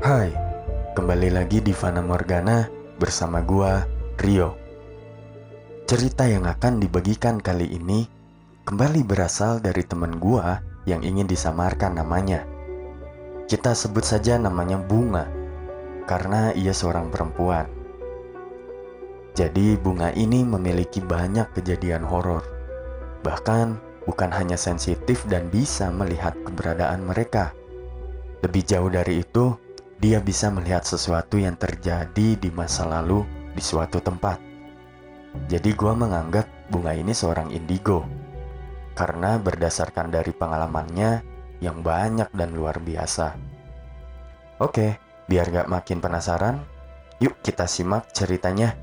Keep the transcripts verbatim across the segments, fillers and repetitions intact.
Hai, kembali lagi di Fana Morgana bersama gua, Rio. Cerita yang akan dibagikan kali ini kembali berasal dari teman gua yang ingin disamarkan namanya. Kita sebut saja namanya Bunga, karena ia seorang perempuan. Jadi Bunga ini memiliki banyak kejadian horor. Bahkan bukan hanya sensitif dan bisa melihat keberadaan mereka. Lebih jauh dari itu, dia bisa melihat sesuatu yang terjadi di masa lalu di suatu tempat. Jadi gua menganggap Bunga ini seorang indigo, karena berdasarkan dari pengalamannya yang banyak dan luar biasa. Oke, biar gak makin penasaran, yuk kita simak ceritanya.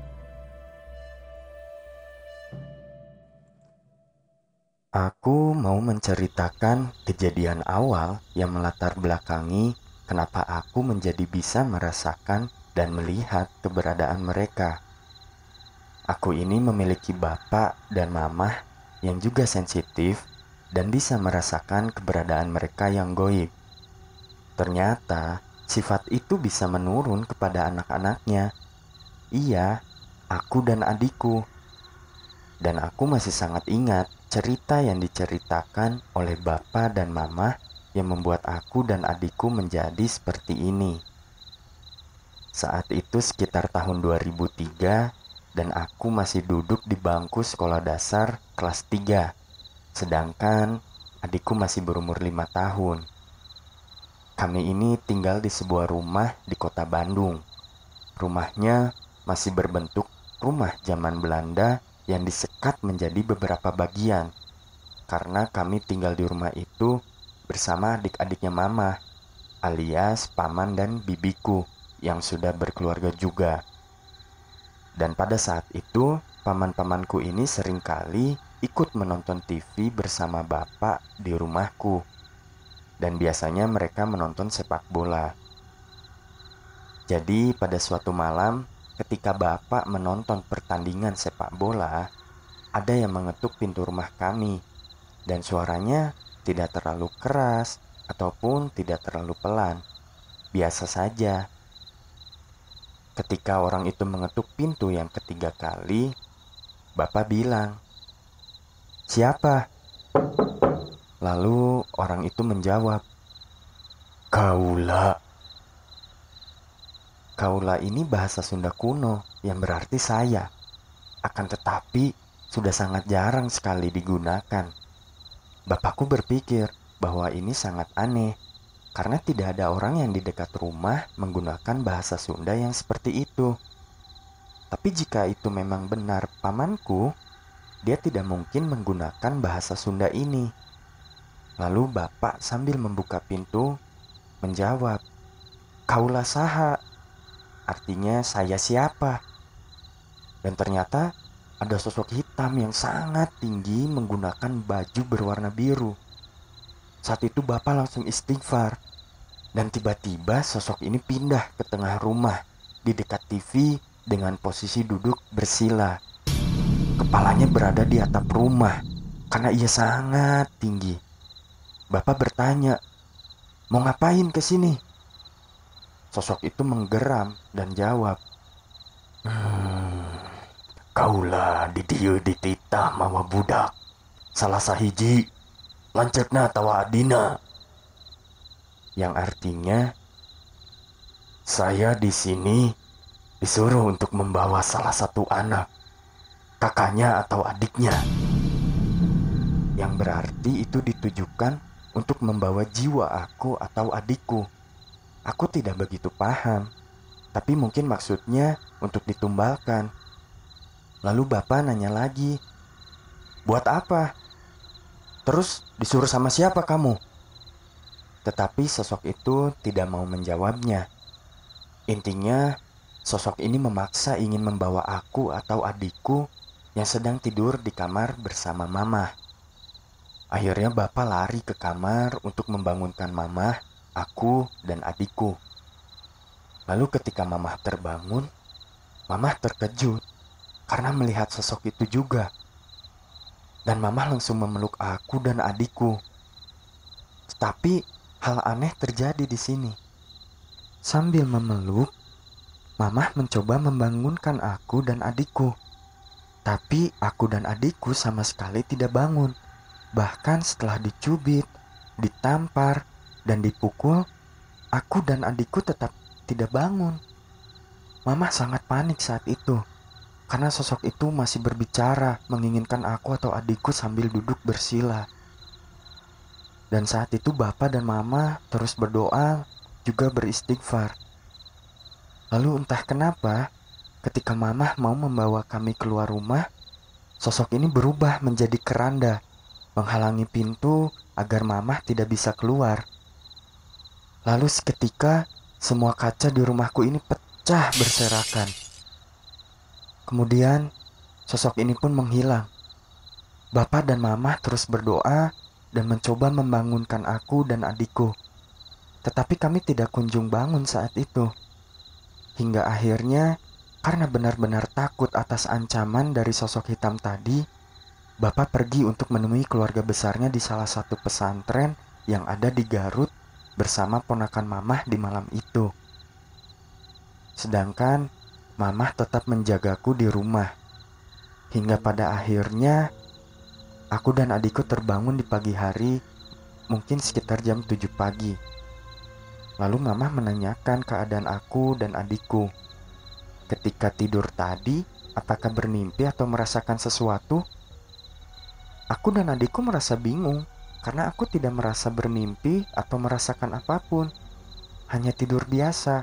Aku mau menceritakan kejadian awal yang melatar belakangi kenapa aku menjadi bisa merasakan dan melihat keberadaan mereka. Aku ini memiliki bapak dan mamah yang juga sensitif dan bisa merasakan keberadaan mereka yang goib. Ternyata sifat itu bisa menurun kepada anak-anaknya. Iya, aku dan adikku. Dan aku masih sangat ingat cerita yang diceritakan oleh bapak dan mama yang membuat aku dan adikku menjadi seperti ini. Saat itu sekitar tahun dua ribu tiga dan aku masih duduk di bangku sekolah dasar kelas tiga, sedangkan adikku masih berumur lima tahun. Kami ini tinggal di sebuah rumah di kota Bandung. Rumahnya masih berbentuk rumah zaman Belanda yang disekat menjadi beberapa bagian, karena kami tinggal di rumah itu bersama adik-adiknya mama, alias paman dan bibiku yang sudah berkeluarga juga. Dan pada saat itu, paman-pamanku ini seringkali ikut menonton T V bersama bapak di rumahku. Dan biasanya mereka menonton sepak bola. Jadi pada suatu malam, ketika bapak menonton pertandingan sepak bola, ada yang mengetuk pintu rumah kami, dan suaranya tidak terlalu keras ataupun tidak terlalu pelan, biasa saja. Ketika orang itu mengetuk pintu yang ketiga kali, bapak bilang, "Siapa?" Lalu orang itu menjawab, "Kaula." Kaula ini bahasa Sunda kuno yang berarti saya. Akan tetapi sudah sangat jarang sekali digunakan. Bapakku berpikir bahwa ini sangat aneh karena tidak ada orang yang di dekat rumah menggunakan bahasa Sunda yang seperti itu. Tapi jika itu memang benar pamanku, dia tidak mungkin menggunakan bahasa Sunda ini. Lalu bapak sambil membuka pintu menjawab, "Kaula saha?" Artinya saya siapa? Dan ternyata ada sosok hitam yang sangat tinggi menggunakan baju berwarna biru. Saat itu bapak langsung istighfar. Dan tiba-tiba sosok ini pindah ke tengah rumah di dekat T V dengan posisi duduk bersila. Kepalanya berada di atap rumah karena ia sangat tinggi. Bapak bertanya, "Mau ngapain ke sini?" Sosok itu menggeram dan jawab, Hmm, "Kaulah di dieu dititah mawa budak. Salah sahiji lanceukna tawa adina." Yang artinya, saya di sini disuruh untuk membawa salah satu anak, kakaknya atau adiknya. Yang berarti itu ditujukan untuk membawa jiwa aku atau adikku. Aku tidak begitu paham, tapi mungkin maksudnya untuk ditumbalkan. Lalu bapak nanya lagi, "Buat apa? Terus disuruh sama siapa kamu?" Tetapi sosok itu tidak mau menjawabnya. Intinya, sosok ini memaksa ingin membawa aku atau adikku yang sedang tidur di kamar bersama mama. Akhirnya bapak lari ke kamar untuk membangunkan mama, aku, dan adikku. Lalu ketika mamah terbangun, mamah terkejut karena melihat sosok itu juga. Dan mamah langsung memeluk aku dan adikku. Tetapi hal aneh terjadi di sini. Sambil memeluk, Mamah mencoba membangunkan aku dan adikku. Tapi aku dan adikku sama sekali tidak bangun. Bahkan setelah dicubit, ditampar, dan dipukul, aku dan adikku tetap tidak bangun. Mamah sangat panik saat itu, karena sosok itu masih berbicara menginginkan aku atau adikku sambil duduk bersila. Dan saat itu Bapak dan Mama terus berdoa, juga beristighfar. Lalu entah kenapa, ketika Mamah mau membawa kami keluar rumah, sosok ini berubah menjadi keranda, menghalangi pintu agar Mamah tidak bisa keluar. Lalu seketika, semua kaca di rumahku ini pecah berserakan. Kemudian, sosok ini pun menghilang. Bapak dan Mamah terus berdoa dan mencoba membangunkan aku dan adikku. Tetapi kami tidak kunjung bangun saat itu. Hingga akhirnya, karena benar-benar takut atas ancaman dari sosok hitam tadi, Bapak pergi untuk menemui keluarga besarnya di salah satu pesantren yang ada di Garut bersama ponakan Mamah di malam itu. Sedangkan Mamah tetap menjagaku di rumah. Hingga pada akhirnya, aku dan adikku terbangun di pagi hari, mungkin sekitar jam tujuh pagi. Lalu Mamah menanyakan keadaan aku dan adikku. Ketika tidur tadi, apakah bermimpi atau merasakan sesuatu? Aku dan adikku merasa bingung, karena aku tidak merasa bermimpi atau merasakan apapun. Hanya tidur biasa.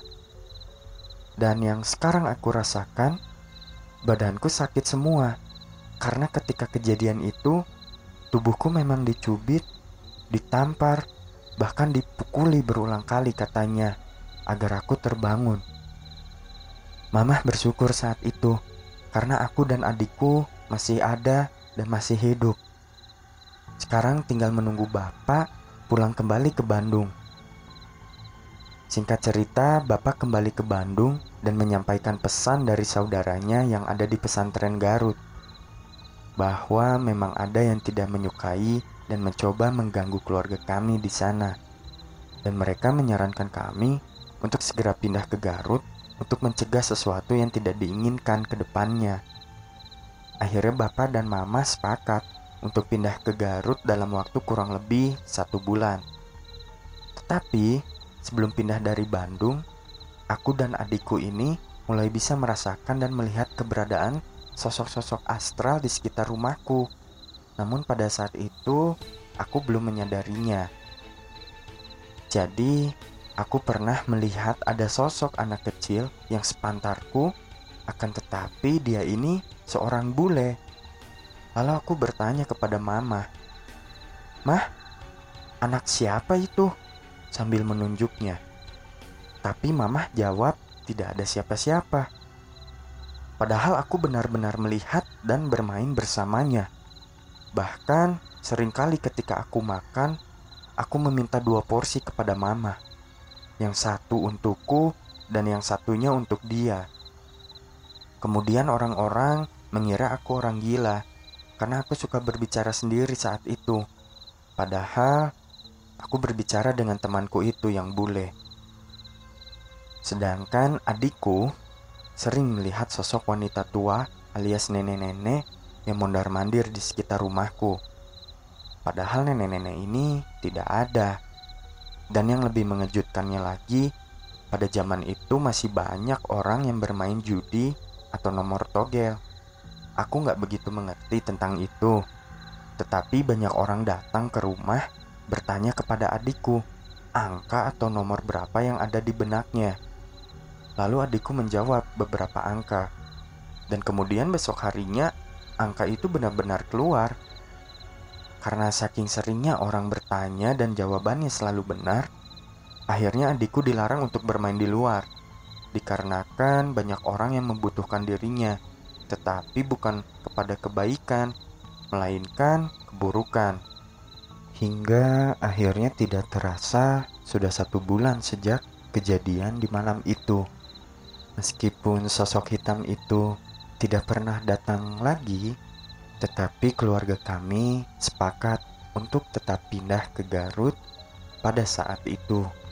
Dan yang sekarang aku rasakan, badanku sakit semua. Karena ketika kejadian itu, tubuhku memang dicubit, ditampar, bahkan dipukuli berulang kali katanya, agar aku terbangun. Mamah bersyukur saat itu, karena aku dan adikku masih ada dan masih hidup. Sekarang tinggal menunggu Bapak pulang kembali ke Bandung. Singkat cerita, Bapak kembali ke Bandung dan menyampaikan pesan dari saudaranya yang ada di pesantren Garut, bahwa memang ada yang tidak menyukai dan mencoba mengganggu keluarga kami di sana. Dan mereka menyarankan kami untuk segera pindah ke Garut untuk mencegah sesuatu yang tidak diinginkan ke depannya. Akhirnya Bapak dan Mama sepakat untuk pindah ke Garut dalam waktu kurang lebih satu bulan. Tetapi sebelum pindah dari Bandung, aku dan adikku ini mulai bisa merasakan dan melihat keberadaan sosok-sosok astral di sekitar rumahku. Namun pada saat itu, aku belum menyadarinya. Jadi, aku pernah melihat ada sosok anak kecil yang sepantarku, akan tetapi dia ini seorang bule. Lalu aku bertanya kepada Mama, "Mah, anak siapa itu?" sambil menunjuknya. Tapi Mama jawab tidak ada siapa-siapa. Padahal aku benar-benar melihat dan bermain bersamanya. Bahkan seringkali ketika aku makan, aku meminta dua porsi kepada Mama. Yang satu untukku dan yang satunya untuk dia. Kemudian orang-orang mengira aku orang gila karena aku suka berbicara sendiri saat itu. Padahal aku berbicara dengan temanku itu yang bule. Sedangkan adikku sering melihat sosok wanita tua alias nenek-nenek yang mondar-mandir di sekitar rumahku. Padahal nenek-nenek ini tidak ada. Dan yang lebih mengejutkannya lagi, pada zaman itu masih banyak orang yang bermain judi atau nomor togel. Aku gak begitu mengerti tentang itu. Tetapi banyak orang datang ke rumah bertanya kepada adikku angka atau nomor berapa yang ada di benaknya. Lalu adikku menjawab beberapa angka. Dan kemudian besok harinya angka itu benar-benar keluar. Karena saking seringnya orang bertanya dan jawabannya selalu benar, akhirnya adikku dilarang untuk bermain di luar. Dikarenakan banyak orang yang membutuhkan dirinya, tetapi bukan kepada kebaikan, melainkan keburukan. Hingga akhirnya tidak terasa sudah satu bulan sejak kejadian di malam itu. Meskipun sosok hitam itu tidak pernah datang lagi, tetapi keluarga kami sepakat untuk tetap pindah ke Garut pada saat itu.